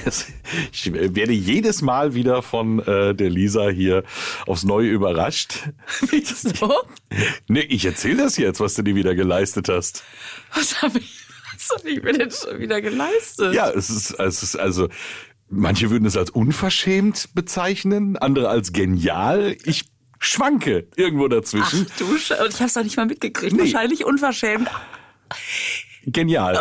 Ich werde jedes Mal wieder von der Lisa hier aufs Neue überrascht. Wieso? Nee, ich erzähle das jetzt, was du dir wieder geleistet hast. Was hab ich mir denn schon wieder geleistet? Ja, es ist also, manche würden es als unverschämt bezeichnen, andere als genial. Ich schwanke irgendwo dazwischen. Ach du und ich hab's doch nicht mal mitgekriegt. Nee. Wahrscheinlich unverschämt. Genial.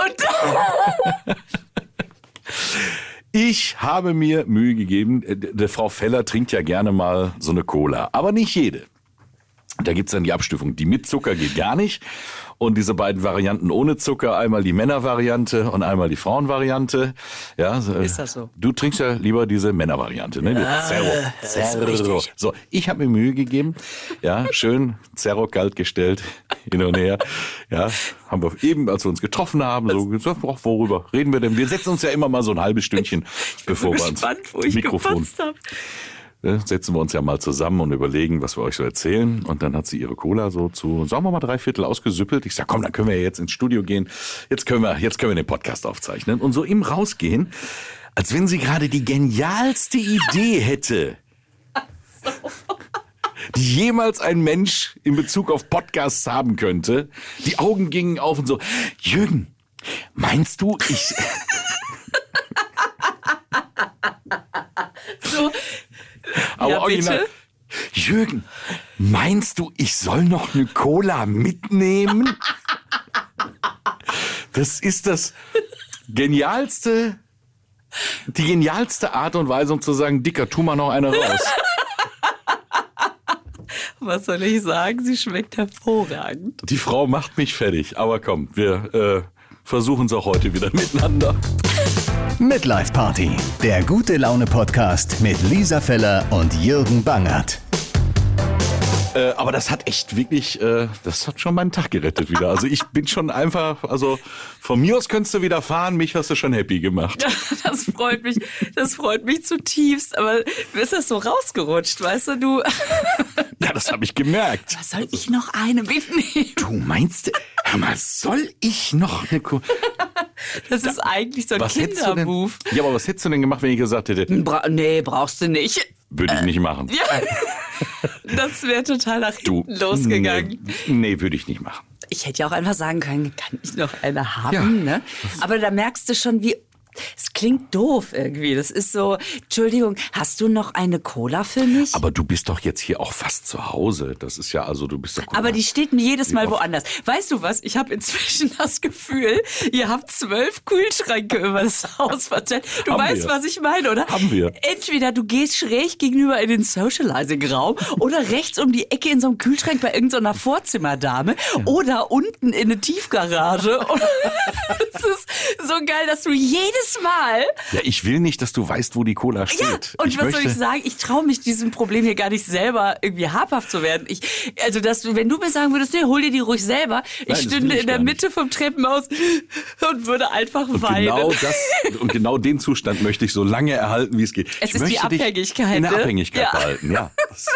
Ich habe mir Mühe gegeben, der Frau Feller trinkt ja gerne mal so eine Cola, aber nicht jede. Da gibt's dann die Abstufung. Die mit Zucker geht gar nicht. Und diese beiden Varianten ohne Zucker, einmal die Männervariante und einmal die Frauenvariante. Ja, Ist das so? Du trinkst ja lieber diese Männervariante, ne? Zerro. So, ich habe mir Mühe gegeben. Ja, schön Zerro kalt gestellt, hin und her. Ja, haben wir eben, als wir uns getroffen haben, so gesagt, worüber reden wir denn? Wir setzen uns ja immer mal so ein halbes Stündchen, bevor wir ans Mikrofon setzen wir uns ja mal zusammen und überlegen, was wir euch so erzählen. Und dann hat sie ihre Cola so zu, sagen wir mal, 3/4 ausgesüppelt. Ich sag, komm, dann können wir jetzt ins Studio gehen. Jetzt können wir den Podcast aufzeichnen. Und so im Rausgehen, als wenn sie gerade die genialste Idee hätte, die jemals ein Mensch in Bezug auf Podcasts haben könnte. Die Augen gingen auf und so, Jürgen, meinst du, ich... So. Aber Ja, original. bitte? Jürgen, meinst du, ich soll noch eine Cola mitnehmen? Das ist die genialste Art und Weise, um zu sagen, Dicker, tu mal noch eine raus. Was soll ich sagen? Sie schmeckt hervorragend. Die Frau macht mich fertig. Aber komm, wir versuchen es auch heute wieder miteinander. Midlife Party, der Gute-Laune-Podcast mit Lisa Feller und Jürgen Bangert. Aber das hat echt wirklich, das hat schon meinen Tag gerettet wieder. Also ich bin schon einfach, also von mir aus könntest du wieder fahren, mich hast du schon happy gemacht. Das freut mich zutiefst. Aber ist das so rausgerutscht, weißt du? Ja, das habe ich gemerkt. Was soll ich noch eine mitnehmen? Du meinst, hör mal, soll ich noch eine Das ist eigentlich so ein Kindermove. Ja, aber was hättest du denn gemacht, wenn ich gesagt hätte? Nee, brauchst du nicht. Würde ich nicht machen. Ja, das wäre total nach hinten losgegangen. Nee, würde ich nicht machen. Ich hätte ja auch einfach sagen können, kann ich noch eine haben? Ja. Ne? Aber da merkst du schon, wie... Es klingt doof irgendwie. Das ist so, Entschuldigung, hast du noch eine Cola für mich? Aber du bist doch jetzt hier auch fast zu Hause. Das ist ja, also du bist doch... Aber die steht mir jedes Mal woanders. Weißt du was? Ich habe inzwischen das Gefühl, ihr habt 12 Kühlschränke über das Haus verteilt. Du weißt, was ich meine, oder? Haben wir. Entweder du gehst schräg gegenüber in den Socializing-Raum oder rechts um die Ecke in so einem Kühlschrank bei irgendeiner Vorzimmerdame oder unten in eine Tiefgarage. Das ist so geil, dass du jedes Mal... Ja, ich will nicht, dass du weißt, wo die Cola steht. Ja, und was soll ich sagen? Ich traue mich diesem Problem hier gar nicht selber irgendwie habhaft zu werden. Also, wenn du mir sagen würdest, nee, hol dir die ruhig selber. Ich stünde in der Mitte vom Treppenhaus und würde einfach weinen. Und genau den Zustand möchte ich so lange erhalten, wie es geht. Es ist die Abhängigkeit. In der ne? Abhängigkeit behalten, ja.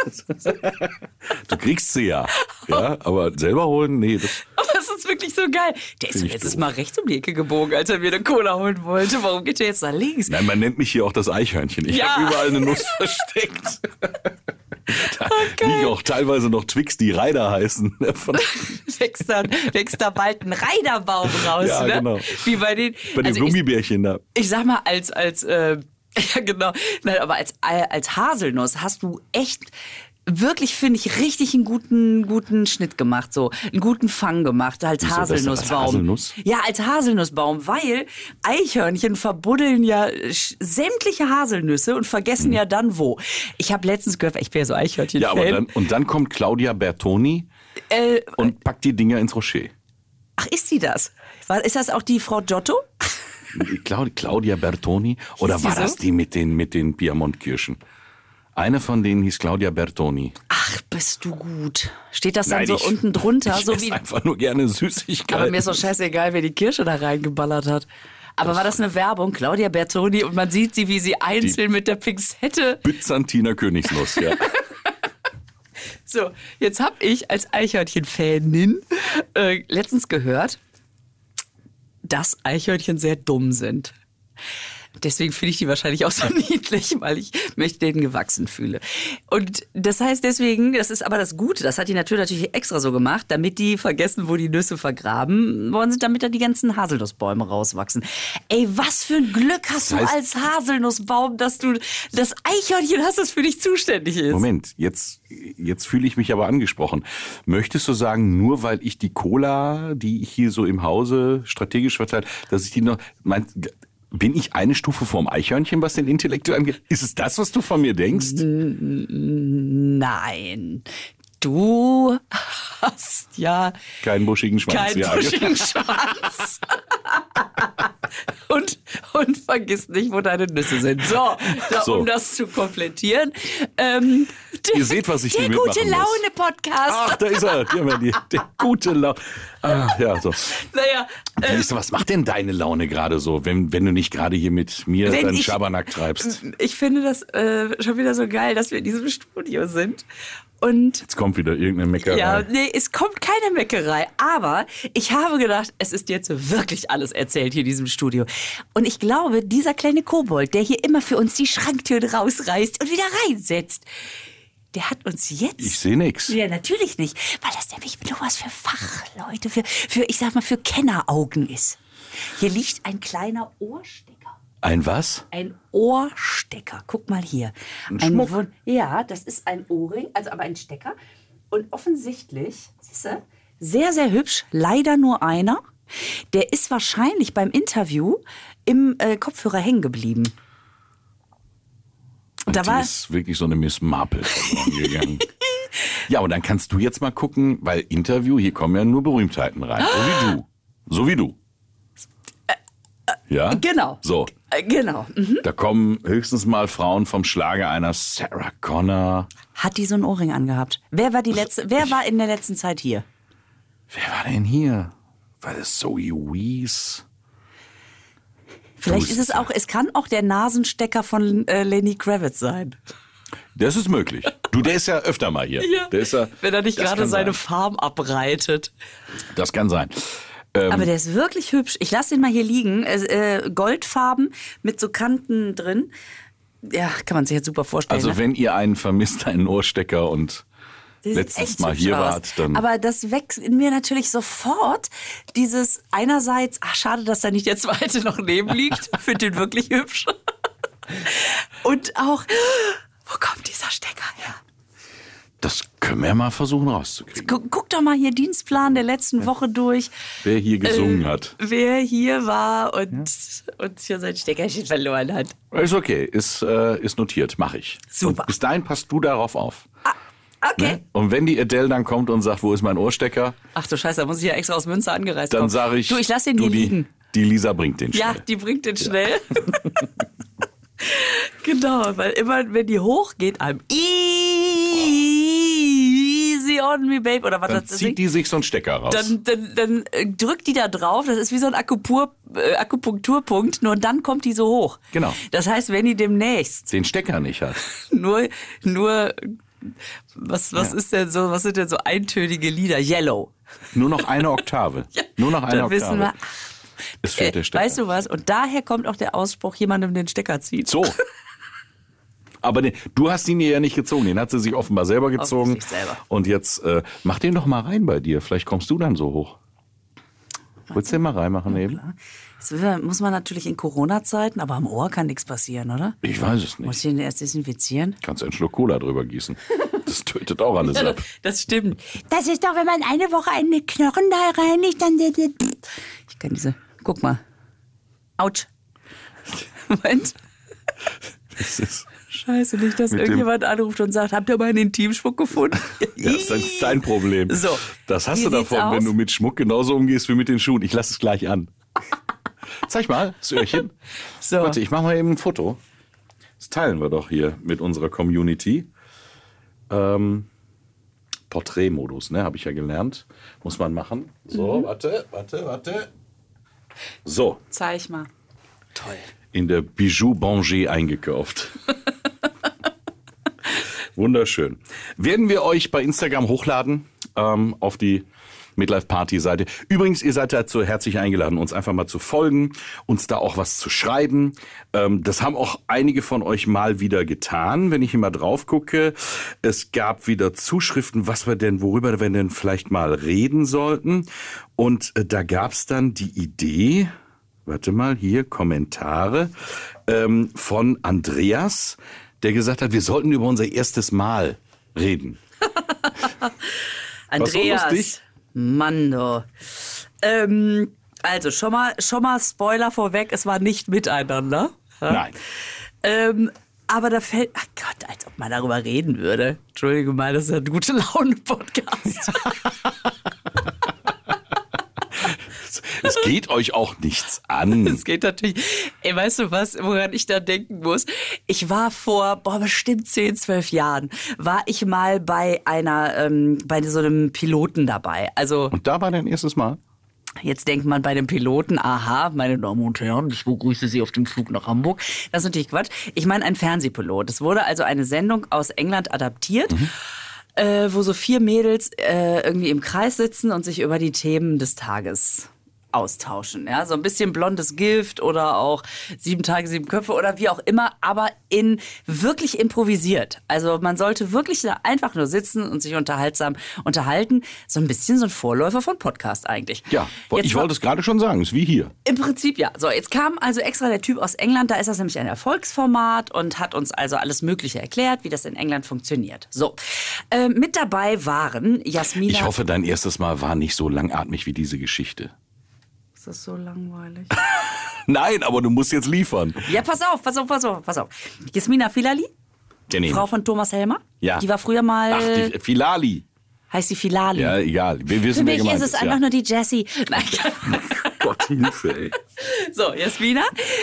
Du kriegst sie ja. Aber selber holen, nee. Aber es ist wirklich so geil. Der ist jetzt mal rechts um die Ecke gebogen, als er mir eine Cola holen wollte. Warum geht der jetzt nach links? Nein, man nennt mich hier auch das Eichhörnchen. Ich habe überall eine Nuss versteckt. Da liegen auch teilweise noch Twix, die Ryder heißen. Wächst da bald ein Ryderbaum raus, ja, ne? Genau. Wie bei den Gummibärchen da. Ich sag mal, ja genau, nein, aber als Haselnuss hast du echt... Wirklich, finde ich, richtig einen guten Schnitt gemacht, so einen guten Fang gemacht als Haselnussbaum. Als Haselnuss? Ja, als Haselnussbaum, weil Eichhörnchen verbuddeln ja sämtliche Haselnüsse und vergessen ja dann wo. Ich habe letztens gehört, ich bin ja so Eichhörnchen-Fan. Ja, aber dann kommt Claudia Bertoni und packt die Dinger ins Rocher. Ach, ist sie das? Ist das auch die Frau Giotto? Claudia Bertoni? Oder war das die mit den Piemont-Kirschen? Eine von denen hieß Claudia Bertoni. Ach, bist du gut. Steht das dann unten drunter? Ich esse einfach nur gerne Süßigkeiten. Aber mir ist doch scheißegal, wer die Kirsche da reingeballert hat. Aber war das eine Werbung? Claudia Bertoni und man sieht sie, wie sie einzeln mit der Pinzette... Byzantiner Königsnuss, ja. So, jetzt habe ich als Eichhörnchen-Fanin letztens gehört, dass Eichhörnchen sehr dumm sind. Deswegen finde ich die wahrscheinlich auch so niedlich, weil ich mich denen gewachsen fühle. Und das heißt deswegen, das ist aber das Gute, das hat die Natur natürlich extra so gemacht, damit die vergessen, wo die Nüsse vergraben worden sind, damit da die ganzen Haselnussbäume rauswachsen. Ey, was für ein Glück hast du als Haselnussbaum, dass du das Eichhörnchen hast, das für dich zuständig ist. Moment, jetzt fühle ich mich aber angesprochen. Möchtest du sagen, nur weil ich die Cola, die ich hier so im Hause strategisch verteile, dass ich die noch... Bin ich eine Stufe vorm Eichhörnchen, was den Intellekt angeht? Ist es das, was du von mir denkst? Nein. Du hast ja... Keinen buschigen Schwanz. Keinen buschigen Schwanz. Und vergiss nicht, wo deine Nüsse sind. So. Um das zu komplettieren. Ihr seht, was ich hier mitmachen muss. Der Gute-Laune-Podcast. Ach, da ist er. Der gute Laune. Ja, so. Naja. Was macht denn deine Laune gerade so, wenn du nicht gerade hier mit mir deinen Schabernack treibst? Ich finde das schon wieder so geil, dass wir in diesem Studio sind. Und jetzt kommt wieder irgendeine Meckerei. Ja, nee, es kommt keine Meckerei. Aber ich habe gedacht, es ist jetzt wirklich alles erzählt hier in diesem Studio. Und ich glaube, dieser kleine Kobold, der hier immer für uns die Schranktüren rausreißt und wieder reinsetzt, der hat uns jetzt... Ich sehe nichts. Ja, natürlich nicht. Weil das nämlich nur was für Fachleute, für ich sag mal, für Kenneraugen ist. Hier liegt ein kleiner Ohrstecker. Ein was? Ein Ohrstecker. Guck mal hier. Ein Schmuck? Ja, das ist ein Ohrring, also aber ein Stecker. Und offensichtlich, siehst du, sehr, sehr hübsch, leider nur einer. Der ist wahrscheinlich beim Interview im Kopfhörer hängen geblieben. Und da ist wirklich so eine Miss Marple verloren gegangen. Ja, und dann kannst du jetzt mal gucken, weil Interview, hier kommen ja nur Berühmtheiten rein. So wie du. Ja? Genau. So. Genau. Mhm. Da kommen höchstens mal Frauen vom Schlager einer Sarah Connor. Hat die so einen Ohrring angehabt? Wer war in der letzten Zeit hier? Wer war denn hier? War das Zoe Wees? Vielleicht ist es auch, es kann auch der Nasenstecker von Lenny Kravitz sein. Das ist möglich. Du, der ist ja öfter mal hier. Ja. Der ist ja, wenn er nicht gerade seine Farm abreitet. Das kann sein. Aber der ist wirklich hübsch. Ich lasse den mal hier liegen. Goldfarben mit so Kanten drin. Ja, kann man sich jetzt super vorstellen. Also wenn ihr einen vermisst, einen Ohrstecker und letztens mal hier wart, dann... Aber das weckt in mir natürlich sofort dieses einerseits, schade, dass da nicht der zweite noch neben liegt. Finde den wirklich hübsch. Und auch, wo kommt dieser Stecker her? Das können wir mal versuchen rauszukriegen. Guck doch mal hier Dienstplan der letzten Woche durch. Wer hier gesungen hat. Wer hier war und hier sein Steckerchen verloren hat. Ist okay, ist notiert, mache ich. Super. Und bis dahin passt du darauf auf. Okay. Ne? Und wenn die Adele dann kommt und sagt, wo ist mein Ohrstecker? Ach du Scheiße, da muss ich ja extra aus Münster angereist kommen. Dann sage ich, du, ich lass den hier liegen. Die Lisa bringt den schnell. Ja, die bringt den schnell. Genau, weil immer, wenn die hochgeht, I'm easy on me, babe, oder was dann das ist. Zieht die sich so einen Stecker raus. Dann drückt die da drauf, das ist wie so ein Akupunkturpunkt, nur dann kommt die so hoch. Genau. Das heißt, wenn die demnächst den Stecker nicht hat. nur was ist denn so, was sind denn so eintönige Lieder? Yellow. Nur noch eine Oktave. Ja, Nur noch eine dann Oktave. Wissen wir, es fehlt der Stecker. Weißt du was? Und daher kommt auch der Ausspruch, jemandem den Stecker zieht. So. Aber du hast ihn ihr ja nicht gezogen, den hat sie sich offenbar selber gezogen. Auf sich selber. Und jetzt mach den doch mal rein bei dir, vielleicht kommst du dann so hoch. Willst du den mal reinmachen eben? Das muss man natürlich in Corona-Zeiten, aber am Ohr kann nichts passieren, oder? Ich weiß es nicht. Muss ich den erst desinfizieren? Kannst du einen Schluck Cola drüber gießen. Das tötet auch alles ab. Das stimmt. Das ist doch, wenn man eine Woche einen Knochen da reinigt, dann... Ich kann Guck mal. Autsch. Moment. Das ist... Scheiße, nicht, dass irgendjemand anruft und sagt, habt ihr meinen Intimschmuck gefunden? Ja, das ist dein Problem. So. Das hast du davon, wenn du mit Schmuck genauso umgehst wie mit den Schuhen. Ich lasse es gleich an. Zeig mal, das Öhrchen. So. Warte, ich mache mal eben ein Foto. Das teilen wir doch hier mit unserer Community. Porträtmodus, ne, habe ich ja gelernt. Muss man machen. So, warte. So. Zeig mal. Toll. In der Bijou Banger eingekauft. Wunderschön. Werden wir euch bei Instagram hochladen auf die Midlife-Party-Seite. Übrigens, ihr seid dazu herzlich eingeladen, uns einfach mal zu folgen, uns da auch was zu schreiben. Das haben auch einige von euch mal wieder getan, wenn ich hier mal drauf gucke. Es gab wieder Zuschriften, worüber wir denn vielleicht mal reden sollten. Und da gab's dann die Idee, warte mal, hier Kommentare von Andreas, der gesagt hat, wir sollten über unser erstes Mal reden. Andreas, Mann, du. Also schon mal Spoiler vorweg, es war nicht miteinander. Nein. Aber da fällt, ach Gott, als ob man darüber reden würde. Entschuldigung mal, das ist ein gute Laune-Podcast. Es geht euch auch nichts an. Es geht natürlich, weißt du was, woran ich da denken muss? Ich war vor, bestimmt 10, 12 Jahren, war ich mal bei bei so einem Piloten dabei. Also. Und da war dein erstes Mal? Jetzt denkt man bei dem Piloten, aha, meine Damen und Herren, ich begrüße Sie auf dem Flug nach Hamburg. Das ist natürlich Quatsch. Ich meine ein Fernsehpilot. Es wurde also eine Sendung aus England adaptiert. Wo so 4 Mädels irgendwie im Kreis sitzen und sich über die Themen des Tages austauschen. Ja? So ein bisschen blondes Gift oder auch 7 Tage, 7 Köpfe oder wie auch immer, aber wirklich improvisiert. Also man sollte wirklich da einfach nur sitzen und sich unterhaltsam unterhalten. So ein bisschen so ein Vorläufer von Podcast eigentlich. Ja, ich wollte es gerade schon sagen, ist wie hier. Im Prinzip ja. So, jetzt kam also extra der Typ aus England, da ist das nämlich ein Erfolgsformat und hat uns also alles Mögliche erklärt, wie das in England funktioniert. So, mit dabei waren Jasmina. Ich hoffe, dein erstes Mal war nicht so langatmig wie diese Geschichte. Ist das so langweilig? Nein, aber du musst jetzt liefern. Ja, pass auf. Jasmina Filali, Frau von Thomas Helmer. Ja. Die war früher mal... Ach, die Filali. Heißt die Filali? Ja, egal. Wir wissen, Für mich ist es einfach nur die Jessie. Gott, Hilfe, ey. So, Jasmina.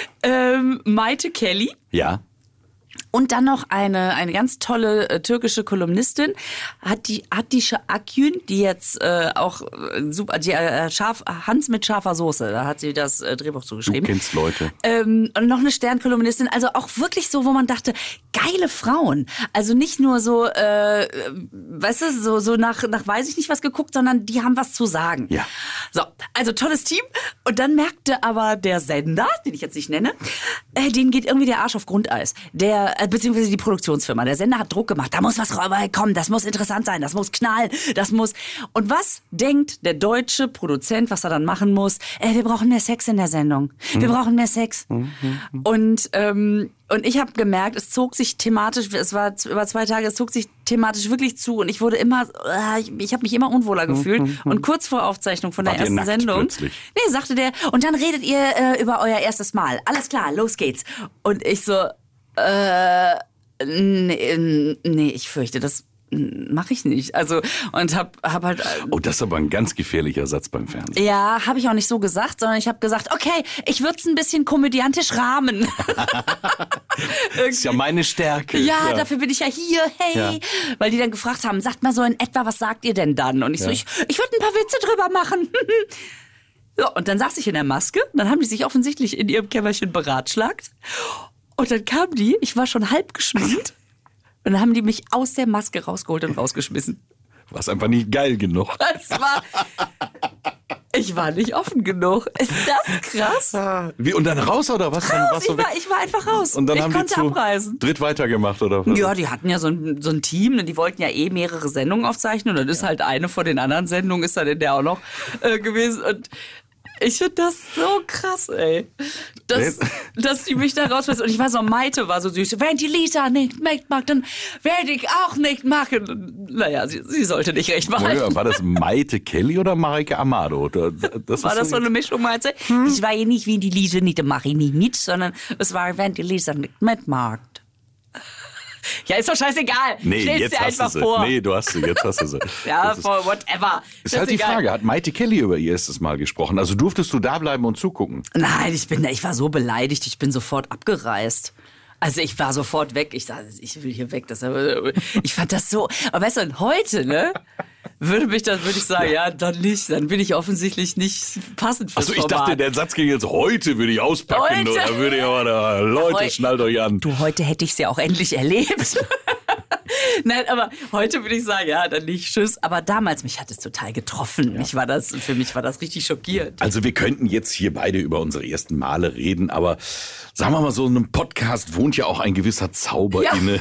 Maite Kelly. Ja. Und dann noch eine ganz tolle türkische Kolumnistin, Hatice Akgün, die jetzt auch super, Hans mit scharfer Soße, da hat sie das Drehbuch zugeschrieben. Du kennst Leute. Und noch eine Sternkolumnistin, also auch wirklich so, wo man dachte, geile Frauen. Also nicht nur so, weißt du, so nach weiß ich nicht was geguckt, sondern die haben was zu sagen. Ja. So, also tolles Team. Und dann merkte aber der Sender, den ich jetzt nicht nenne, denen geht irgendwie der Arsch auf Grundeis. Beziehungsweise die Produktionsfirma. Der Sender hat Druck gemacht. Da muss was kommen. Das muss interessant sein. Das muss knallen. Das muss. Und was denkt der deutsche Produzent, was er dann machen muss? Wir brauchen mehr Sex in der Sendung. Wir brauchen mehr Sex. Und ich habe gemerkt, es zog sich thematisch, es war über 2 Tage, es zog sich thematisch wirklich zu und ich wurde immer, ich habe mich immer unwohler gefühlt. Und kurz vor Aufzeichnung von der ersten Sendung, plötzlich? Nee, sagte der, und dann redet ihr über euer erstes Mal. Alles klar, los geht's. Und ich so, nee, ich fürchte, das mache ich nicht. Also, und hab halt... Oh, das ist aber ein ganz gefährlicher Satz beim Fernsehen. Ja, habe ich auch nicht so gesagt, sondern ich habe gesagt, okay, ich würde es ein bisschen komödiantisch rahmen. Das ist ja meine Stärke. Ja, dafür bin ich ja hier, hey. Ja. Weil die dann gefragt haben, sagt mal so in etwa, was sagt ihr denn dann? Und ich so, ich würde ein paar Witze drüber machen. So, und dann saß ich in der Maske, dann haben die sich offensichtlich in ihrem Kämmerchen beratschlagt. Und dann kam die, ich war schon halb geschminkt. Und dann haben die mich aus der Maske rausgeholt und rausgeschmissen. War's einfach nicht geil genug. Ich war nicht offen genug. Ist das krass? Wie, und dann raus oder was? Raus, ich war einfach raus. Und dann ich haben konnte die abreisen. Dritt weitergemacht oder was? Ja, die hatten ja so ein Team und die wollten ja mehrere Sendungen aufzeichnen. Und dann ist halt eine von den anderen Sendungen ist dann in der auch noch gewesen. Und ich finde das so krass, ey. Dass die mich da rausschmeißen. Und ich war so, Maite war so süß. Wenn die Lisa nicht mitmacht, dann werde ich auch nicht machen. Naja, sie sollte nicht recht machen. Ja, war das Maite Kelly oder Mareike Amado? War das so eine Mischung, Maite? Ich war ja nicht, wie die Lisa nicht, mache ich nicht mit, sondern es war, wenn die Lisa nicht mitmacht. Ja, ist doch scheißegal. Nee, stell's jetzt dir hast einfach du sie. vor. Nee, jetzt hast du sie. Ja, whatever. Ist halt die Frage, hat Maite Kelly über ihr erstes Mal gesprochen? Also durftest du da bleiben und zugucken? Nein, ich war so beleidigt, ich bin sofort abgereist. Also ich war sofort weg. Ich dachte, ich will hier weg. Ich fand das so. Aber weißt du, heute, ne? Würde ich sagen, ja, dann nicht. Dann bin ich offensichtlich nicht passend fürs Format. Format. Ich dachte, der Satz ging jetzt, heute würde ich auspacken. Heute? Oder würde ich aber, Leute, schnallt euch an. Du, heute hätte ich es ja auch endlich erlebt. Nein, aber heute würde ich sagen, ja, dann nicht tschüss. Aber damals, mich hat es total getroffen. Ja. Für mich war das richtig schockierend. Also wir könnten jetzt hier beide über unsere ersten Male reden, aber sagen wir mal, so in einem Podcast wohnt ja auch ein gewisser Zauber inne.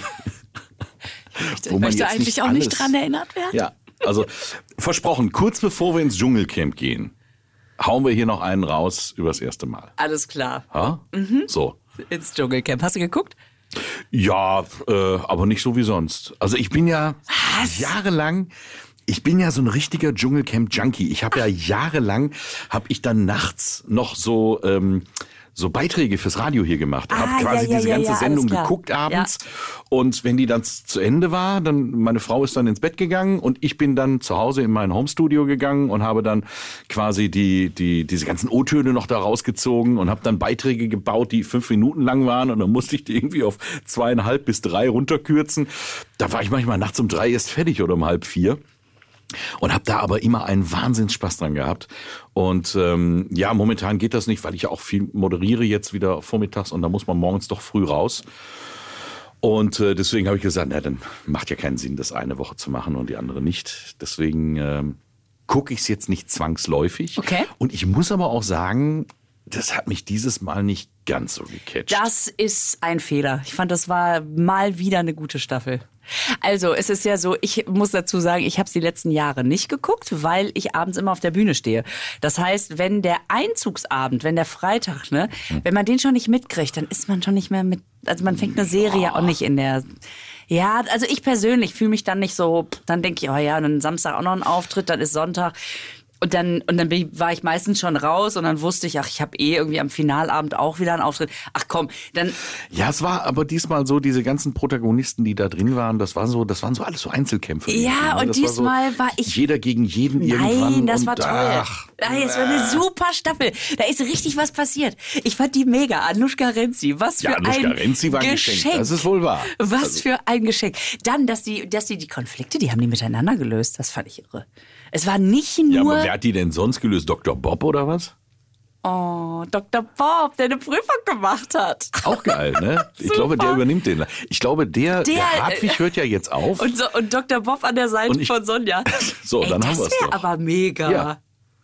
Ich möchte eigentlich auch nicht dran erinnert werden. Ja, also versprochen, kurz bevor wir ins Dschungelcamp gehen, hauen wir hier noch einen raus übers erste Mal. Alles klar. Ha? So. Ins Dschungelcamp. Hast du geguckt? Ja, aber nicht so wie sonst. Also ich bin ja jahrelang... Ich bin ja so ein richtiger Dschungelcamp-Junkie. Ich habe ja jahrelang, habe ich dann nachts noch so Beiträge fürs Radio hier gemacht. Habe quasi diese ganze Sendung geguckt abends. Ja. Und wenn die dann zu Ende war, dann meine Frau ist dann ins Bett gegangen und ich bin dann zu Hause in mein Homestudio gegangen und habe dann quasi diese ganzen O-Töne noch da rausgezogen und habe dann Beiträge gebaut, die 5 Minuten lang waren und dann musste ich die irgendwie auf 2,5 bis 3 runterkürzen. Da war ich manchmal nachts um 3 erst fertig oder um 3:30. Und habe da aber immer einen Wahnsinnsspaß dran gehabt. Und momentan geht das nicht, weil ich ja auch viel moderiere jetzt wieder vormittags und da muss man morgens doch früh raus. Und deswegen habe ich gesagt, dann macht ja keinen Sinn, das eine Woche zu machen und die andere nicht. Deswegen gucke ich es jetzt nicht zwangsläufig. Okay. Und ich muss aber auch sagen, das hat mich dieses Mal nicht ganz so gecatcht. Das ist ein Fehler. Ich fand, das war mal wieder eine gute Staffel. Also es ist ja so, ich muss dazu sagen, ich habe es die letzten Jahre nicht geguckt, weil ich abends immer auf der Bühne stehe. Das heißt, wenn der Einzugsabend, wenn der Freitag, wenn man den schon nicht mitkriegt, dann ist man schon nicht mehr mit, also man fängt eine Serie auch nicht in der... Ja, also ich persönlich fühle mich dann nicht so, dann denke ich, oh ja, dann Samstag auch noch ein Auftritt, dann ist Sonntag... Und dann war ich meistens schon raus und dann wusste ich, ich habe irgendwie am Finalabend auch wieder einen Auftritt. Ach komm, dann... Ja, es war aber diesmal so, diese ganzen Protagonisten, die da drin waren, das waren so alles so Einzelkämpfe. Ja, und diesmal war ich... Jeder gegen jeden irgendwann. Nein, das war toll. Es war eine super Staffel. Da ist richtig was passiert. Ich fand die mega. Anushka Renzi, was für ein Renzi war ein Geschenk. Das ist wohl wahr. Was für ein Geschenk. Dann, dass die Konflikte, die haben die miteinander gelöst. Das fand ich irre. Es war nicht nur... Ja, aber wer hat die denn sonst gelöst? Dr. Bob oder was? Oh, Dr. Bob, der eine Prüfung gemacht hat. Auch geil, ne? Ich glaube, der übernimmt den. Ich glaube, der Hartwig hört ja jetzt auf. Und Dr. Bob an der Seite von Sonja. So, dann haben wir es doch. Das wäre aber mega. Ja.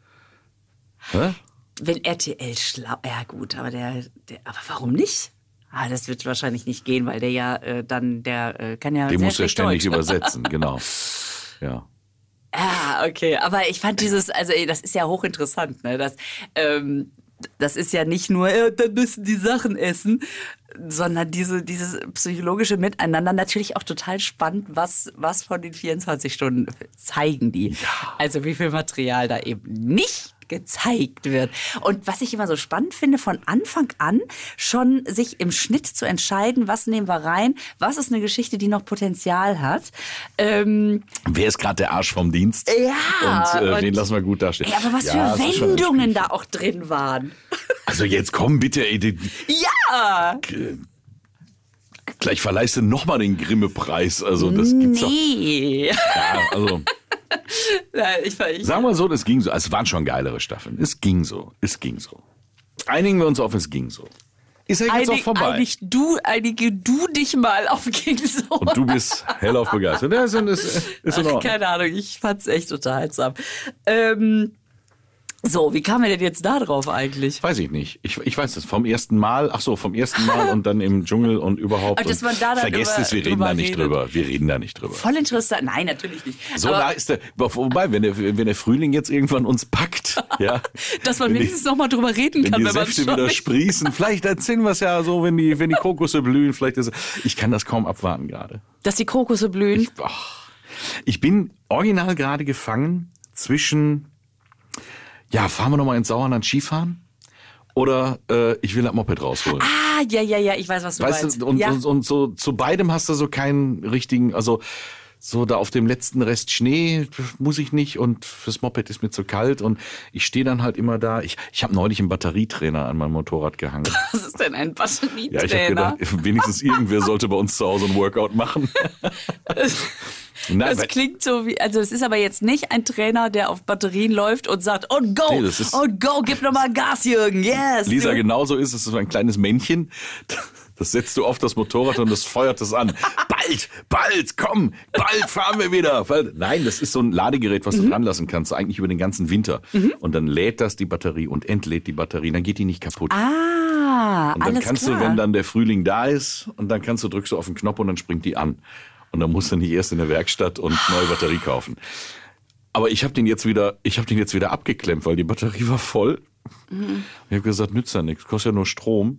Hä? Wenn RTL schlau... Ja gut, aber aber warum nicht? Das wird wahrscheinlich nicht gehen, weil der ja der kann ja den sehr muss er ständig Deutsch. Übersetzen, genau. Ja. Ja, okay, aber ich fand das ist ja hochinteressant, ne? Das ist ja nicht nur, dann müssen die Sachen essen, sondern dieses psychologische Miteinander natürlich auch total spannend, was von den 24 Stunden zeigen die. Ja. Also wie viel Material da eben nicht gezeigt wird. Und was ich immer so spannend finde, von Anfang an schon sich im Schnitt zu entscheiden, was nehmen wir rein, was ist eine Geschichte, die noch Potenzial hat. Wer ist gerade der Arsch vom Dienst? Ja. Und wen lassen wir gut dastehen. Ja, aber was für Wendungen da auch drin waren. Also jetzt komm bitte. Ja! Gleich verleihst du nochmal den Grimme-Preis. Also das gibt's doch. Ja, also... Nein, Sagen wir so, das ging so. Es waren schon geilere Staffeln. Es ging so. Einigen wir uns auf, es ging so. Ist ja jetzt auch vorbei. Einige du dich mal auf ging so. Und du bist hellauf begeistert. Ja, ist in Ordnung. Keine Ahnung, ich fand's echt unterhaltsam. So, wie kamen wir denn jetzt da drauf eigentlich? Weiß ich nicht. Ich weiß das vom ersten Mal. Ach so, vom ersten Mal und dann im Dschungel und überhaupt. Ach, dass man da vergesst es, wir reden da nicht drüber. Wir reden da nicht drüber. Voll interessant. Nein, natürlich nicht. So da ist wobei, wenn der Frühling jetzt irgendwann uns packt, ja. Dass man wenigstens noch mal drüber reden kann, wenn die Säfte wieder sprießen. Vielleicht erzählen wir es ja so, wenn die Krokusse blühen. Ich kann das kaum abwarten gerade. Dass die Krokusse blühen? Ich bin original gerade gefangen zwischen... Ja, fahren wir nochmal ins Sauerland Skifahren? Oder ich will das Moped rausholen. Ja, ich weiß, was du meinst. Und so zu beidem hast du so keinen richtigen, also so da auf dem letzten Rest Schnee muss ich nicht und fürs Moped ist mir zu kalt und ich stehe dann halt immer da. Ich habe neulich einen Batterietrainer an mein Motorrad gehangen. Was ist denn ein Batterietrainer? Ja, ich habe gedacht, wenigstens irgendwer sollte bei uns zu Hause ein Workout machen. Nein, Das klingt so wie, also es ist aber jetzt nicht ein Trainer, der auf Batterien läuft und sagt, und go, Nee, das ist- und go, gib nochmal Gas, Jürgen, yes. Lisa, du. genauso ist es so ein kleines Männchen. Das setzt du auf das Motorrad und das feuert es an. Bald, komm, bald fahren wir wieder. Nein, das ist so ein Ladegerät, was du dran lassen kannst, eigentlich über den ganzen Winter. Und dann lädt das die Batterie und entlädt die Batterie, dann geht die nicht kaputt. Ah, und dann alles kannst klar. du, wenn dann der Frühling da ist, und dann drückst du auf den Knopf und dann springt die an. Und dann musst du nicht erst in der Werkstatt und neue Batterie kaufen. Aber ich habe den jetzt wieder abgeklemmt, weil die Batterie war voll. Ich habe gesagt, nützt ja nichts, kostet ja nur Strom.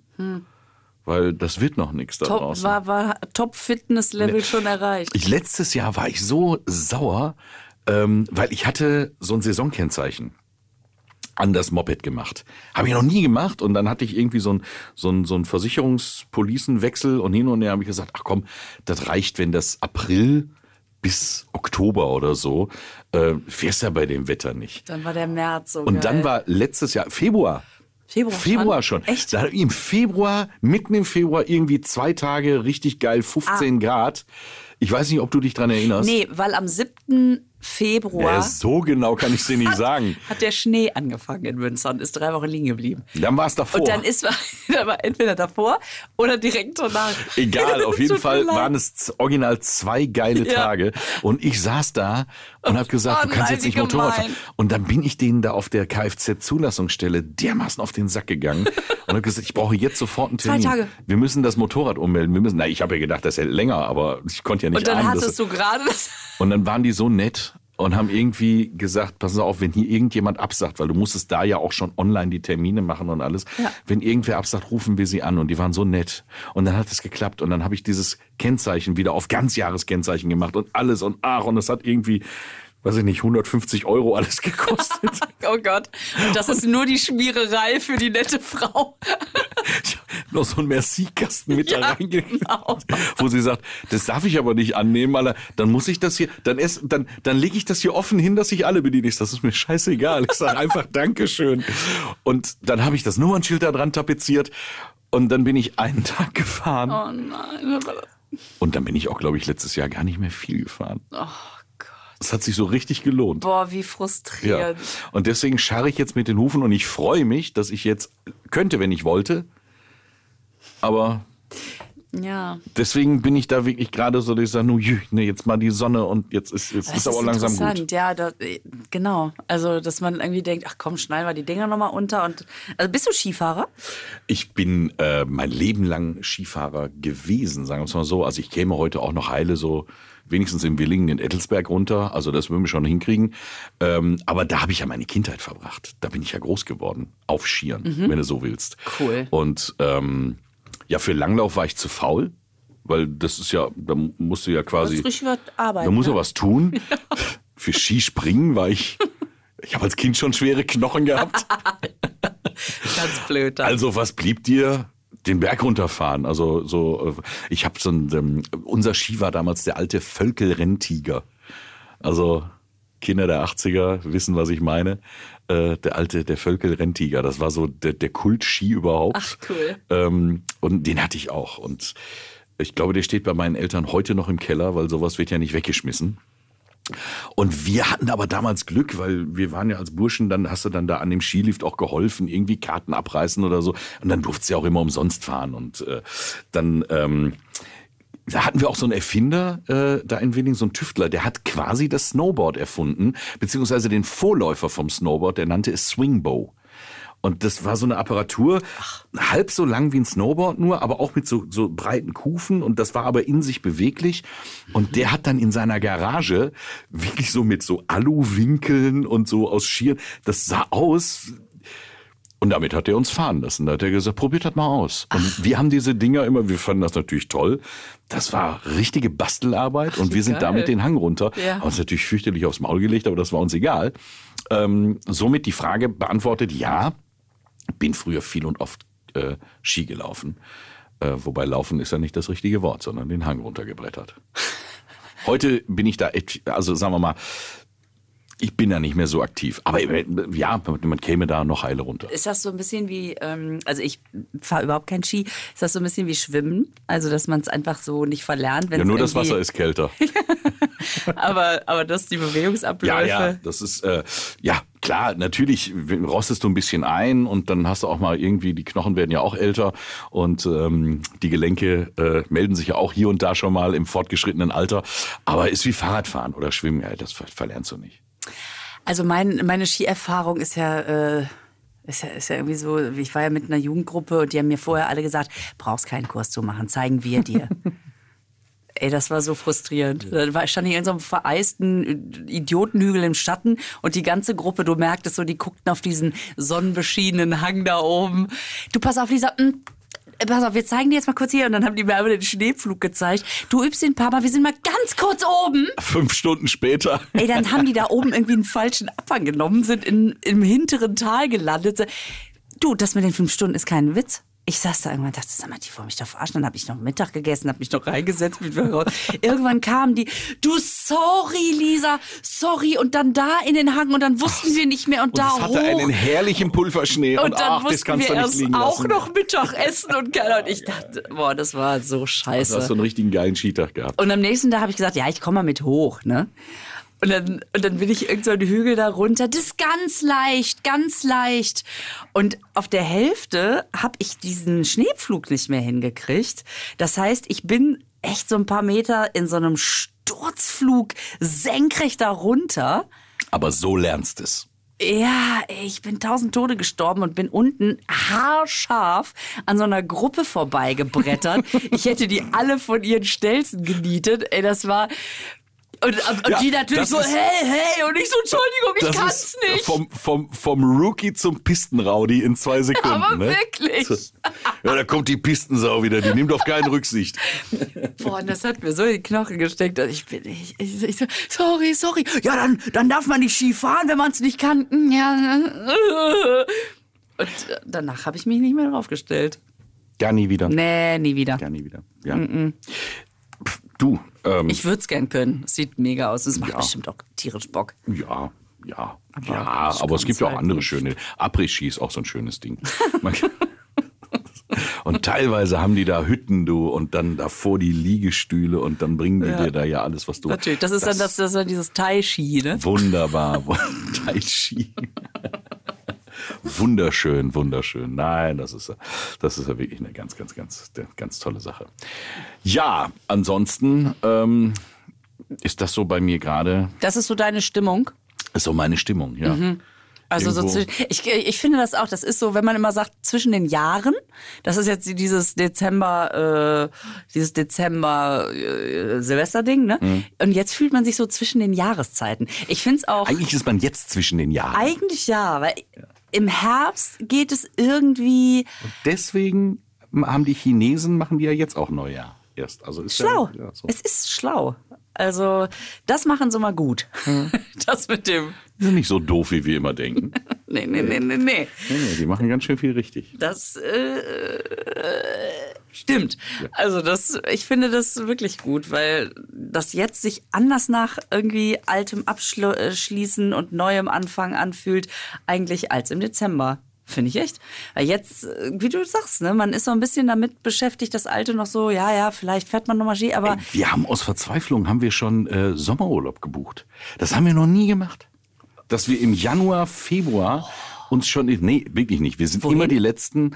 Weil das wird noch nichts da Top, draußen. war Top-Fitness-Level schon erreicht. Letztes Jahr war ich so sauer, weil ich hatte so ein Saisonkennzeichen an das Moped gemacht. Habe ich noch nie gemacht und dann hatte ich irgendwie so ein Versicherungspolicenwechsel und hin und her habe ich gesagt, ach komm, das reicht, wenn das April bis Oktober oder so, fährst ja bei dem Wetter nicht. Dann war der März so Und geil. dann war letztes Jahr Februar schon. Echt? Da mitten im Februar irgendwie 2 Tage richtig geil, 15 Grad. Ich weiß nicht, ob du dich dran erinnerst. Nee, weil am 7. Februar So genau kann ich dir nicht sagen. hat der Schnee angefangen in Münster und ist 3 Wochen liegen geblieben. Dann war es davor. Und dann da war entweder davor oder direkt danach. Egal, auf jeden Tut mir Fall leid. waren es original 2 geile Ja. Tage. Und ich saß da und habe gesagt, Oh du kannst nein, jetzt nicht wie Motorrad gemein. fahren. Und dann bin ich denen da auf der Kfz-Zulassungsstelle dermaßen auf den Sack gegangen und habe gesagt, ich brauche jetzt sofort einen 2 Termin. Tage. Wir müssen das Motorrad ummelden. Ich habe ja gedacht, das hält länger, aber ich konnte ja nicht Und dann ahnen, dass hattest du gerade das. Und dann waren die so nett und haben irgendwie gesagt, passen Sie auf, wenn hier irgendjemand absagt, weil du musstest da ja auch schon online die Termine machen und alles. Ja. Wenn irgendwer absagt, rufen wir sie an. Und die waren so nett. Und dann hat es geklappt. Und dann habe ich dieses Kennzeichen wieder auf Ganzjahreskennzeichen gemacht und alles und es hat irgendwie, weiß ich nicht, 150 € alles gekostet. Oh Gott. Und das ist nur die Schmiererei für die nette Frau. Ich hab noch so einen Merci-Kasten mit da Ja, reingekriegt, genau. wo sie sagt, das darf ich aber nicht annehmen, weil dann muss ich das hier, dann lege ich das hier offen hin, dass ich alle bediene. Das ist mir scheißegal. Ich sage einfach Dankeschön. Und dann habe ich das Nummernschild da dran tapeziert und dann bin ich einen Tag gefahren. Oh nein. Und dann bin ich auch, glaube ich, letztes Jahr gar nicht mehr viel gefahren. Oh Gott. Das hat sich so richtig gelohnt. Boah, wie Ja. frustrierend. Und deswegen scharre ich jetzt mit den Hufen und ich freue mich, dass ich jetzt könnte, wenn ich wollte. Aber Ja. deswegen bin ich da wirklich gerade so, dass ich sage, jetzt mal die Sonne und jetzt ist Das aber langsam interessant. gut. Ja, genau. Also, dass man irgendwie denkt, ach komm, schneiden wir die Dinger nochmal unter. Also bist du Skifahrer? Ich bin mein Leben lang Skifahrer gewesen, sagen wir es mal so. Also ich käme heute auch noch heile so wenigstens im Willingen den Ettelsberg runter. Also das würden wir schon hinkriegen. Aber da habe ich ja meine Kindheit verbracht. Da bin ich ja groß geworden. Auf Skiern, wenn du so willst. Cool. Und ja, für Langlauf war ich zu faul. Weil das ist ja, da musst du ja Das quasi, ist richtig was Arbeit. da muss ne? er was tun. Für Skispringen war ich habe als Kind schon schwere Knochen gehabt. Ganz blöd. Dann. Also was blieb dir? Den Berg runterfahren. Also so, ich habe unser Ski war damals der alte Völkel-Renntiger. Also Kinder der 80er wissen, was ich meine. Der Völkel-Renntiger. Das war so der Kult-Ski überhaupt. Ach, cool. Und den hatte ich auch. Und ich glaube, der steht bei meinen Eltern heute noch im Keller, weil sowas wird ja nicht weggeschmissen. Und wir hatten aber damals Glück, weil wir waren ja als Burschen, dann hast du dann da an dem Skilift auch geholfen, irgendwie Karten abreißen oder so. Und dann durfte sie ja auch immer umsonst fahren. Und dann da hatten wir auch so einen Erfinder da in Willingen, so einen Tüftler, der hat quasi das Snowboard erfunden, beziehungsweise den Vorläufer vom Snowboard, der nannte es Swingbow. Und das war so eine Apparatur, halb so lang wie ein Snowboard nur, aber auch mit so breiten Kufen. Und das war aber in sich beweglich. Und der hat dann in seiner Garage wirklich so mit so Aluwinkeln und so aus Skiern, das sah aus. Und damit hat er uns fahren lassen. Da hat er gesagt, probiert das mal aus. Und wir haben diese Dinger immer, wir fanden das natürlich toll. Das war richtige Bastelarbeit und wir sind geil. damit den Hang runter. Ja. Haben uns natürlich fürchterlich aufs Maul gelegt, aber das war uns egal. Somit die Frage beantwortet, ja, bin früher viel und oft Ski gelaufen. Wobei laufen ist ja nicht das richtige Wort, sondern den Hang runtergebrettert. Heute bin ich da, also sagen wir mal, Ich bin da nicht mehr so aktiv. Aber ja, man käme da noch heile runter. Ist das so ein bisschen wie, also ich fahre überhaupt kein Ski, ist das so ein bisschen wie Schwimmen? Also, dass man es einfach so nicht verlernt? Ja, nur das Wasser ist kälter. aber das die Bewegungsabläufe. Ja, das ist, ja, klar, natürlich rostest du ein bisschen ein und dann hast du auch mal irgendwie, die Knochen werden ja auch älter und die Gelenke melden sich ja auch hier und da schon mal im fortgeschrittenen Alter. Aber ist wie Fahrradfahren oder Schwimmen, ja, das verlernst du nicht. Also meine Skierfahrung ist ja irgendwie so, ich war ja mit einer Jugendgruppe und die haben mir vorher alle gesagt, brauchst keinen Kurs zu machen, zeigen wir dir. Ey, das war so frustrierend. Da stand ich in so einem vereisten Idiotenhügel im Schatten und die ganze Gruppe, du merktest so, die guckten auf diesen sonnenbeschienenen Hang da oben. Du, pass auf, Lisa, pass auf, wir zeigen dir jetzt mal kurz hier. Und dann haben die mir aber den Schneepflug gezeigt. Du übst ihn ein paar Mal, wir sind mal ganz kurz oben. 5 Stunden später. Ey, dann haben die da oben irgendwie einen falschen Abhang genommen, sind im hinteren Tal gelandet. Du, das mit den 5 Stunden ist kein Witz. Ich saß da irgendwann und dachte, sag mal, die wollen mich doch verarschen. Dann habe ich noch Mittag gegessen, habe mich noch reingesetzt. Irgendwann kamen die, du, sorry, Lisa, sorry. Und dann da in den Hang und dann wussten wir nicht mehr und da hoch. Und es hatte einen herrlichen Pulverschnee. Und dann das kannst wir du nicht erst liegen auch lassen. noch Mittagessen und ich dachte, boah, das war so scheiße. Du hast so einen richtigen geilen Skitag gehabt. Und am nächsten Tag habe ich gesagt, ja, ich komme mal mit hoch, ne? Und dann bin ich irgend so einen Hügel da runter. Das ist ganz leicht, ganz leicht. Und auf der Hälfte habe ich diesen Schneepflug nicht mehr hingekriegt. Das heißt, ich bin echt so ein paar Meter in so einem Sturzflug senkrecht da runter. Aber so lernst es. Ja, ich bin 1000 Tode gestorben und bin unten haarscharf an so einer Gruppe vorbeigebrettert. Ich hätte die alle von ihren Stelzen genietet. Ey, das war... Und Ja, die natürlich so, hey, und ich so, Entschuldigung, ich kann's nicht. Vom Rookie zum Pistenraudi in 2 Sekunden. Aber ne? wirklich. Ja, da kommt die Pistensau wieder, die nimmt doch keine Rücksicht. Boah, und das hat mir so in die Knochen gesteckt. Also ich so, sorry. Ja, dann darf man nicht Ski fahren, wenn man es nicht kann. Ja. Und danach habe ich mich nicht mehr drauf gestellt. Ja, nie wieder. Nee, nie wieder. Ja, nie wieder. Ja. Du. Ich würde es gern können. Sieht mega aus. Es macht Ja. bestimmt auch tierisch Bock. Ja, aber es gibt ja auch andere schöne. Après-Ski ist auch so ein schönes Ding. Und teilweise haben die da Hütten, du, und dann davor die Liegestühle und dann bringen die dir da ja alles, was du... Natürlich, das ist dann dieses Tai-Ski, ne? Wunderbar. Tai-Ski. Wunderschön. Nein, das ist ja wirklich eine ganz tolle Sache. Ja, ansonsten ist das so bei mir gerade. Das ist so deine Stimmung? Ist so meine Stimmung, ja. Also so ich finde das auch, das ist so, wenn man immer sagt, zwischen den Jahren, das ist jetzt dieses Dezember Silvesterding, ne? Und jetzt fühlt man sich so zwischen den Jahreszeiten. Ich finde es auch... Eigentlich ist man jetzt zwischen den Jahren. Eigentlich ja, weil im Herbst geht es irgendwie... Und deswegen machen die Chinesen ja jetzt auch Neujahr erst. Also ist schlau. Ja, so. Es ist schlau. Also das machen sie mal gut. Das mit dem... Die sind nicht so doof, wie wir immer denken. Nee. Nee, die machen ganz schön viel richtig. Das stimmt. Ja. Also ich finde das wirklich gut, weil das jetzt sich anders nach irgendwie altem Abschließen und neuem Anfang anfühlt, eigentlich als im Dezember. Finde ich echt. Weil jetzt, wie du sagst, ne, man ist so ein bisschen damit beschäftigt, das Alte noch so, ja, vielleicht fährt man nochmal Ski, aber... Wir haben aus Verzweiflung schon Sommerurlaub gebucht. Das haben wir noch nie gemacht. Dass wir im Januar, Februar uns schon... Nee, wirklich nicht. Wir sind immer die Letzten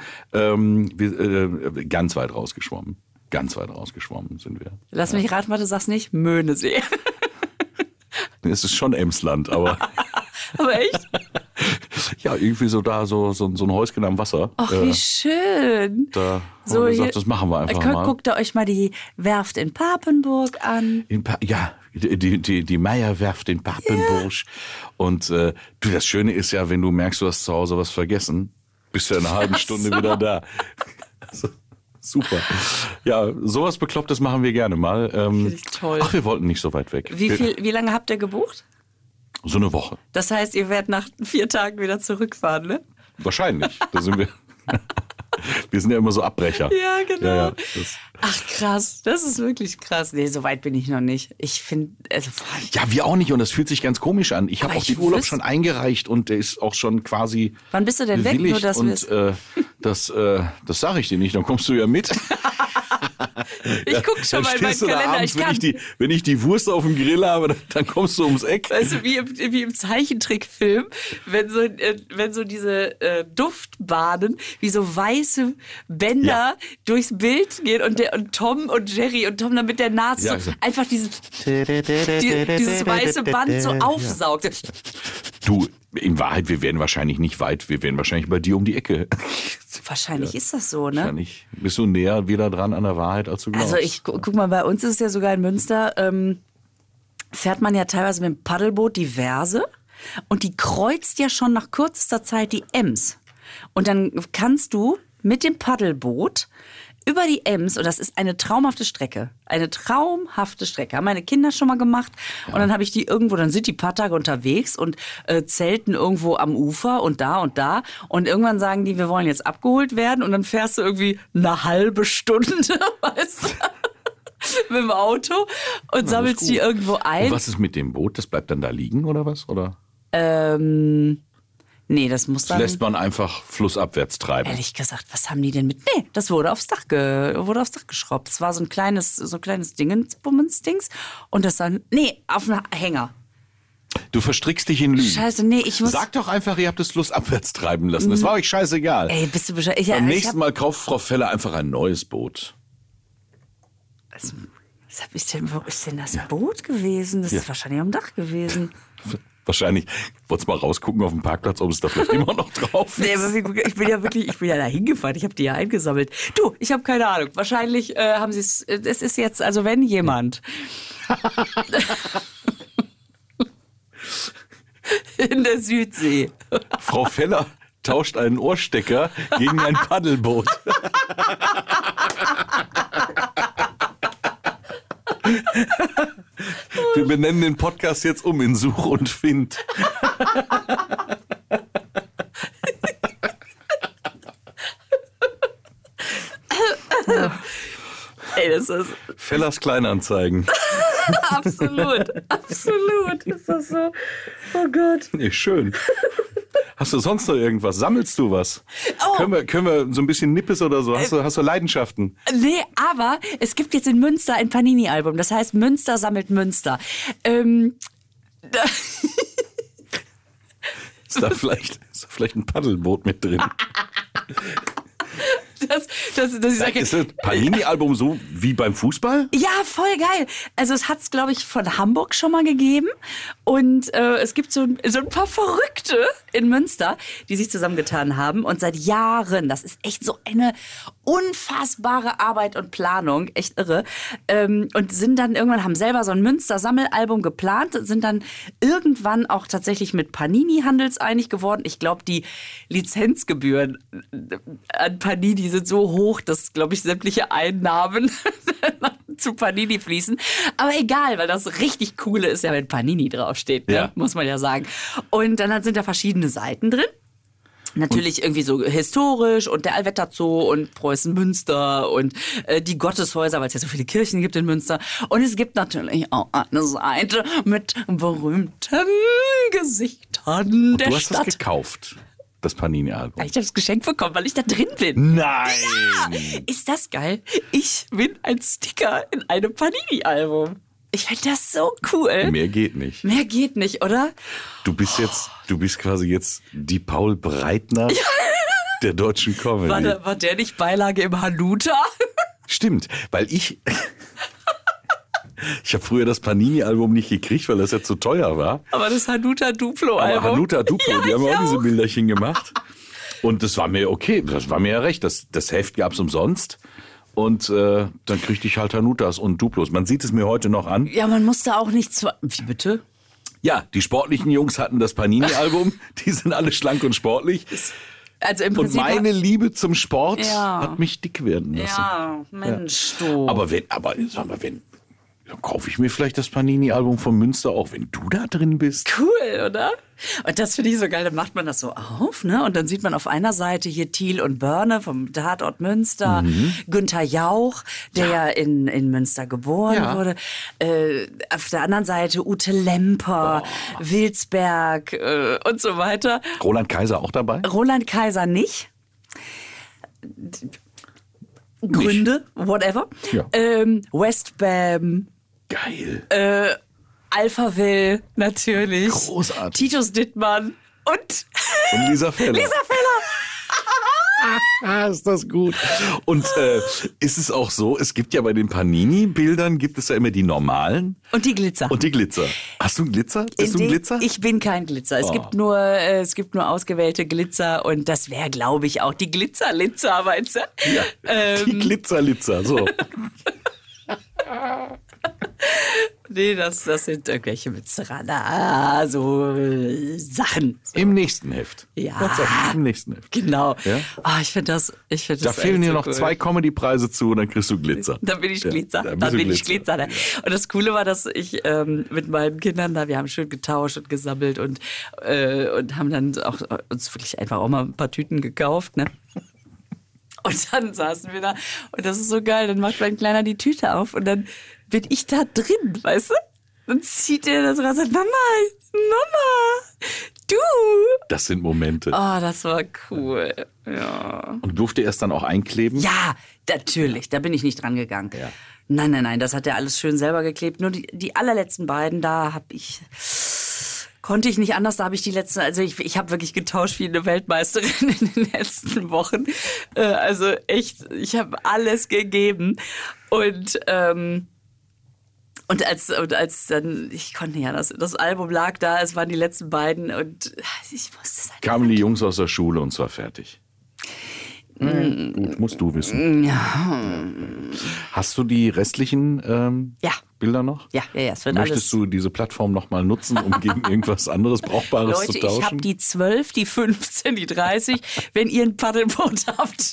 ganz weit rausgeschwommen. Ganz weit rausgeschwommen sind wir. Lass mich raten, was du sagst nicht. Möhnesee. Es ist schon Emsland, aber... Aber echt? Ja, irgendwie so da, so ein Häuschen am Wasser. Ach, wie schön. Da so, haben wir gesagt, das machen wir einfach mal. Guckt ihr euch mal die Werft in Papenburg an. Die Meierwerft in Papenburg. Yeah. Und du, das Schöne ist ja, wenn du merkst, du hast zu Hause was vergessen, bist du in einer halben Stunde wieder da. Also, super. Ja, sowas Beklopptes machen wir gerne mal. Finde ich toll. Ach, wir wollten nicht so weit weg. Wie lange habt ihr gebucht? So eine Woche. Das heißt, ihr werdet nach 4 Tagen wieder zurückfahren, ne? Wahrscheinlich. Da sind wir. Wir sind ja immer so Abbrecher. Ja, genau. Ja, Ach krass, das ist wirklich krass. Nee, so weit bin ich noch nicht. Ich finde, also ja, wir auch nicht und das fühlt sich ganz komisch an. Ich habe Aber auch ich den Urlaub wüsste- schon eingereicht und der ist auch schon quasi wann bist du denn weg? bewilligt Nur, dass wir und das sage ich dir nicht, dann kommst du ja mit. ich gucke schon Dann mal in meinen stehst du da Kalender. abends, Ich kann. wenn ich die Wurst auf dem Grill habe, dann kommst du ums Eck. Weißt du, wie im Zeichentrickfilm, wenn so diese Duftbahnen, wie so weiße Bänder durchs Bild gehen und Tom und Jerry und Tom dann mit der Nase Ja, so so. einfach dieses weiße Band so aufsaugt. Du, in Wahrheit, wir wären wahrscheinlich nicht weit, wir wären wahrscheinlich bei dir um die Ecke. Wahrscheinlich ist das so, ne? Wahrscheinlich bist du näher wieder dran an der Wahrheit, als du glaubst. Also guck mal, bei uns ist es ja sogar in Münster, fährt man ja teilweise mit dem Paddelboot diverse und die kreuzt ja schon nach kürzester Zeit die Ems. Und dann kannst du mit dem Paddelboot über die Ems, und das ist eine traumhafte Strecke. Eine traumhafte Strecke. Haben meine Kinder schon mal gemacht. Ja. Und dann habe ich die irgendwo, dann sind die paar Tage unterwegs und zelten irgendwo am Ufer und da und da. Und irgendwann sagen die, wir wollen jetzt abgeholt werden. Und dann fährst du irgendwie eine halbe Stunde, weißt du, mit dem Auto und sammelst die irgendwo ein. Und was ist mit dem Boot? Das bleibt dann da liegen oder was? Oder? Nee, das muss dann... Das lässt man einfach flussabwärts treiben. Ehrlich gesagt, was haben die denn mit... Nee, das wurde aufs Dach geschraubt. Es war so ein kleines Dingens. Und das dann... Nee, auf einen Hänger. Du verstrickst dich in Lügen. Scheiße, nee, ich muss... Sag doch einfach, ihr habt es flussabwärts treiben lassen. Das war euch scheißegal. Ey, bist du bescheuert? Beim nächsten Mal kauft Frau Feller einfach ein neues Boot. Wo ist denn das Boot gewesen? Das ist wahrscheinlich am Dach gewesen. Wahrscheinlich. Wolltest du mal rausgucken auf dem Parkplatz, ob es da vielleicht immer noch drauf ist? Nee, aber ich bin ja da hingefahren. Ich habe die ja eingesammelt. Du, ich habe keine Ahnung. Wahrscheinlich haben sie es ist jetzt, also wenn jemand in der Südsee. Frau Feller tauscht einen Ohrstecker gegen ein Paddelboot. Wir benennen den Podcast jetzt um in Such und Find. Ey, das ist... Fellers Kleinanzeigen. Absolut. Ist das so? Oh Gott. Nee, schön. Hast du sonst noch irgendwas? Sammelst du was? Oh. Können wir so ein bisschen Nippes oder so? Hast du Leidenschaften? Nee, aber es gibt jetzt in Münster ein Panini-Album. Das heißt, Münster sammelt Münster. Ist da vielleicht ein Paddelboot mit drin? Dass ich sage, Ist das Panini-Album so wie beim Fußball? ja, voll geil. Also es hat es, glaube ich, von Hamburg schon mal gegeben. Und es gibt so ein paar Verrückte in Münster, die sich zusammengetan haben. Und seit Jahren, das ist echt so eine unfassbare Arbeit und Planung, echt irre. Und sind dann irgendwann, haben selber so ein Münster-Sammelalbum geplant, sind dann irgendwann auch tatsächlich mit Panini handelseinig geworden. Ich glaube, die Lizenzgebühren an Panini sind so hoch, dass, glaube ich, sämtliche Einnahmen zu Panini fließen. Aber egal, weil das richtig Coole ist ja, wenn Panini draufsteht, ne? Ja. Muss man ja sagen. Und dann sind da verschiedene Seiten drin. Natürlich irgendwie so historisch und der Allwetter Zoo und Preußen-Münster und die Gotteshäuser, weil es ja so viele Kirchen gibt in Münster. Und es gibt natürlich auch eine Seite mit berühmten Gesichtern der Du hast Stadt. das gekauft, das Panini-Album. Ich habe das Geschenk bekommen, weil ich da drin bin. Nein! Ist das geil? Ich bin ein Sticker in einem Panini-Album. Ich finde das so cool. Mehr geht nicht. Mehr geht nicht, oder? Du bist quasi jetzt die Paul Breitner der deutschen Comedy. War der nicht Beilage im Hanuta? Stimmt, weil ich habe früher das Panini-Album nicht gekriegt, weil das ja zu teuer war. Aber das Hanuta-Duplo-Album. Aber Hanuta Duplo, Ja, die haben ich auch diese auch. Bilderchen gemacht. Und das war mir okay, das war mir ja recht. Das Heft gab's umsonst. Und dann kriegte ich halt Hanutas und Duplos. Man sieht es mir heute noch an. Ja, man musste auch nicht Wie bitte? Ja, die sportlichen Jungs hatten das Panini-Album. Die sind alle schlank und sportlich. Also im Und Prinzip... meine Liebe zum Sport Ja. hat mich dick werden lassen. Ja, Mensch, du. Aber wenn dann kaufe ich mir vielleicht das Panini-Album von Münster auch, wenn du da drin bist. Cool, oder? Und das finde ich so geil, dann macht man das so auf, ne? Und dann sieht man auf einer Seite hier Thiel und Börne vom Tatort Münster, Günther Jauch, der ja in Münster geboren wurde. Auf der anderen Seite Ute Lemper, Wilsberg und so weiter. Roland Kaiser auch dabei? Roland Kaiser nicht. Gründe, whatever. Ja. Westbam. Geil. Alphaville, natürlich. Großartig. Titus Dittmann und Lisa Feller. Lisa Feller. Ist das gut. Und ist es auch so, es gibt ja bei den Panini-Bildern, gibt es ja immer die normalen. Und die Glitzer. Und die Glitzer. Hast du einen Glitzer? Bist du ein Glitzer? Ich bin kein Glitzer. Es gibt nur ausgewählte Glitzer und das wäre, glaube ich, auch die Glitzer-Litzer, meinst du? Ja, die Glitzer-Litzer, so. Nee, das sind irgendwelche Mützeraner, so Sachen. So. Im nächsten Heft. Ja. Tatsächlich, im nächsten Heft. Genau. Ja? Oh, ich finde das Da fehlen dir so noch cool. 2 Comedy-Preise zu und dann kriegst du Glitzer. Dann bin ich Glitzer. Ja, dann bin ich Glitzer. Ne? Und das Coole war, dass ich mit meinen Kindern da, wir haben schön getauscht und gesammelt und haben dann auch uns wirklich einfach auch mal ein paar Tüten gekauft, ne? Und dann saßen wir da und das ist so geil, dann macht mein Kleiner die Tüte auf und dann bin ich da drin, weißt du? Dann zieht er das raus und sagt, Mama, du. Das sind Momente. Oh, das war cool, ja. Und durfte er es dann auch einkleben? Ja, natürlich, da bin ich nicht dran gegangen. Ja. Nein, das hat er alles schön selber geklebt. Nur die allerletzten beiden, da konnte ich nicht anders, da habe ich die letzten, also ich habe wirklich getauscht wie eine Weltmeisterin in den letzten Wochen. Also echt, ich habe alles gegeben. Und als dann, ich konnte ja, das Album lag da, es waren die letzten beiden und ich wusste es halt. Kamen die Jungs aus der Schule und zwar fertig. Gut, musst du wissen. Ja. Hast du die restlichen Bilder noch? Ja, es wird Möchtest du diese Plattform nochmal nutzen, um gegen irgendwas anderes Brauchbares Leute, zu tauschen? ich habe die 12, die 15, die 30, wenn ihr ein Paddelboot habt.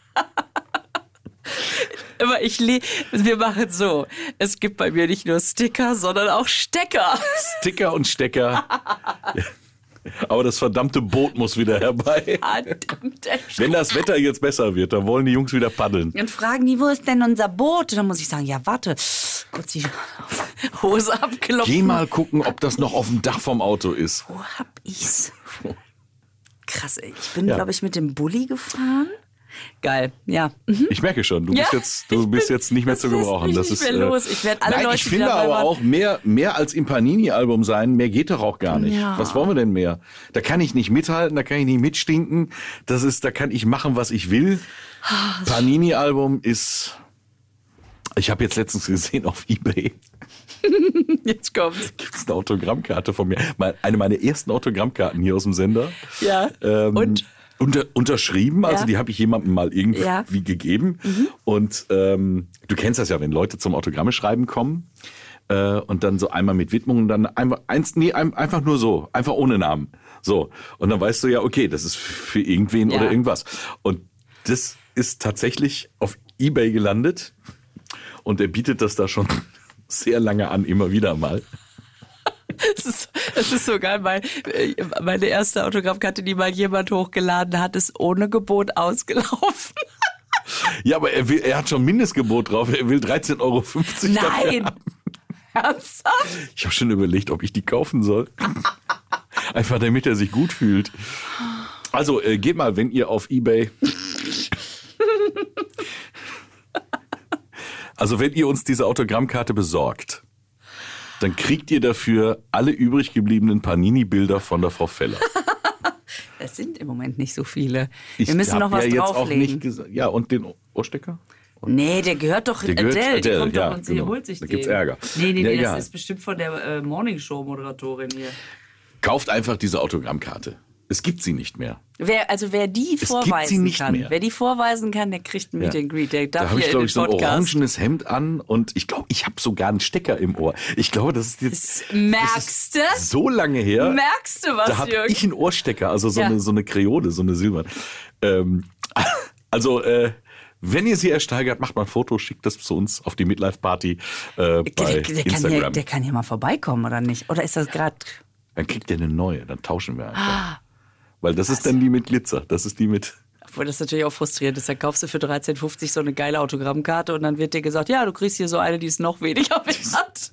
Aber wir machen so. Es gibt bei mir nicht nur Sticker, sondern auch Stecker. Sticker und Stecker. Aber das verdammte Boot muss wieder herbei. Wenn das Wetter jetzt besser wird, dann wollen die Jungs wieder paddeln. Dann fragen die, wo ist denn unser Boot? Und dann muss ich sagen, ja, warte. Kurz die Hose abklopfen. Geh mal gucken, ob das noch auf dem Dach vom Auto ist. Wo hab ich's? Krass, ey. Ich bin, glaube ich, mit dem Bulli gefahren. Geil, ja. Ich merke schon, du bist jetzt nicht mehr zu gebrauchen. Das ist nicht mehr los. Ich werde alle Leute, ich finde aber auch, mehr als im Panini-Album sein, mehr geht doch auch gar nicht. Ja. Was wollen wir denn mehr? Da kann ich nicht mithalten, da kann ich nicht mitstinken. Da kann ich machen, was ich will. Panini-Album ist... Ich habe jetzt letztens gesehen auf eBay. Jetzt kommt's. Gibt's eine Autogrammkarte von mir. Eine meiner ersten Autogrammkarten hier aus dem Sender. Ja, und? Unterschrieben, also die habe ich jemandem mal irgendwie gegeben. Mhm. Und du kennst das ja, wenn Leute zum Autogramme schreiben kommen und dann so einmal mit Widmung und dann einfach nur so, einfach ohne Namen. So, und dann weißt du ja, okay, das ist für irgendwen oder irgendwas. Und das ist tatsächlich auf eBay gelandet und er bietet das da schon sehr lange an, immer wieder mal. Es ist so geil, meine erste Autogrammkarte, die mal jemand hochgeladen hat, ist ohne Gebot ausgelaufen. Ja, aber er hat schon Mindestgebot drauf. Er will 13,50 Euro Nein! Ernsthaft? Ich habe schon überlegt, ob ich die kaufen soll. Einfach damit er sich gut fühlt. Also geht mal, wenn ihr auf eBay... Also wenn ihr uns diese Autogrammkarte besorgt, dann kriegt ihr dafür alle übrig gebliebenen Panini-Bilder von der Frau Feller. Es sind im Moment nicht so viele. Wir müssen noch was drauflegen. Ja, und den Ohrstecker? Nee, der gehört doch Adele. Die kommt doch und sie holt sich da den. gibt's Ärger. Nee, das ist bestimmt von der Morningshow-Moderatorin hier. Kauft einfach diese Autogrammkarte. Es gibt sie nicht mehr. Wer die vorweisen kann, der kriegt ein Meet and Greet. Der darf da habe ich, glaube ich, so ein Podcast. orangenes Hemd an und ich glaube, ich habe sogar einen Stecker im Ohr. Ich glaube, das ist jetzt Merkst du? So lange her. Merkst du was, da habe Jürgen? ich einen Ohrstecker, also so eine Kreole, so eine Silberne. Wenn ihr sie ersteigert, macht mal ein Foto, schickt das zu uns auf die Midlife-Party bei Instagram. Der kann hier mal vorbeikommen, oder nicht? Oder ist das gerade... Dann kriegt ihr eine neue, dann tauschen wir einfach. Weil das ist dann die mit Glitzer, das ist die mit... Obwohl das natürlich auch frustrierend ist. Dann kaufst du für 13,50 so eine geile Autogrammkarte und dann wird dir gesagt, ja, du kriegst hier so eine, die ist noch weniger wert.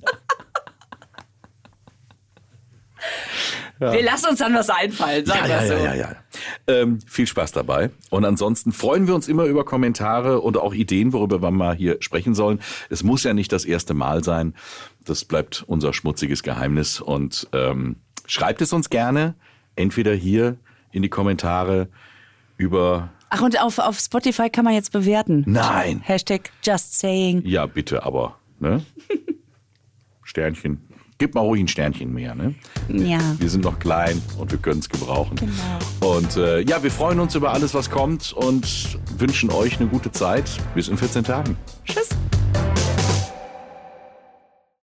Ja. Wir lassen uns dann was einfallen, sagen wir so. Ja. Viel Spaß dabei. Und ansonsten freuen wir uns immer über Kommentare und auch Ideen, worüber wir mal hier sprechen sollen. Es muss ja nicht das erste Mal sein. Das bleibt unser schmutziges Geheimnis. Und schreibt es uns gerne, entweder hier in die Kommentare über... Ach, und auf Spotify kann man jetzt bewerten. Nein. #JustSaying. Ja, bitte, aber, ne? Sternchen. Gib mal ruhig ein Sternchen mehr, ne? Ja. Wir sind noch klein und wir können es gebrauchen. Genau. Und wir freuen uns über alles, was kommt und wünschen euch eine gute Zeit. Bis in 14 Tagen. Tschüss.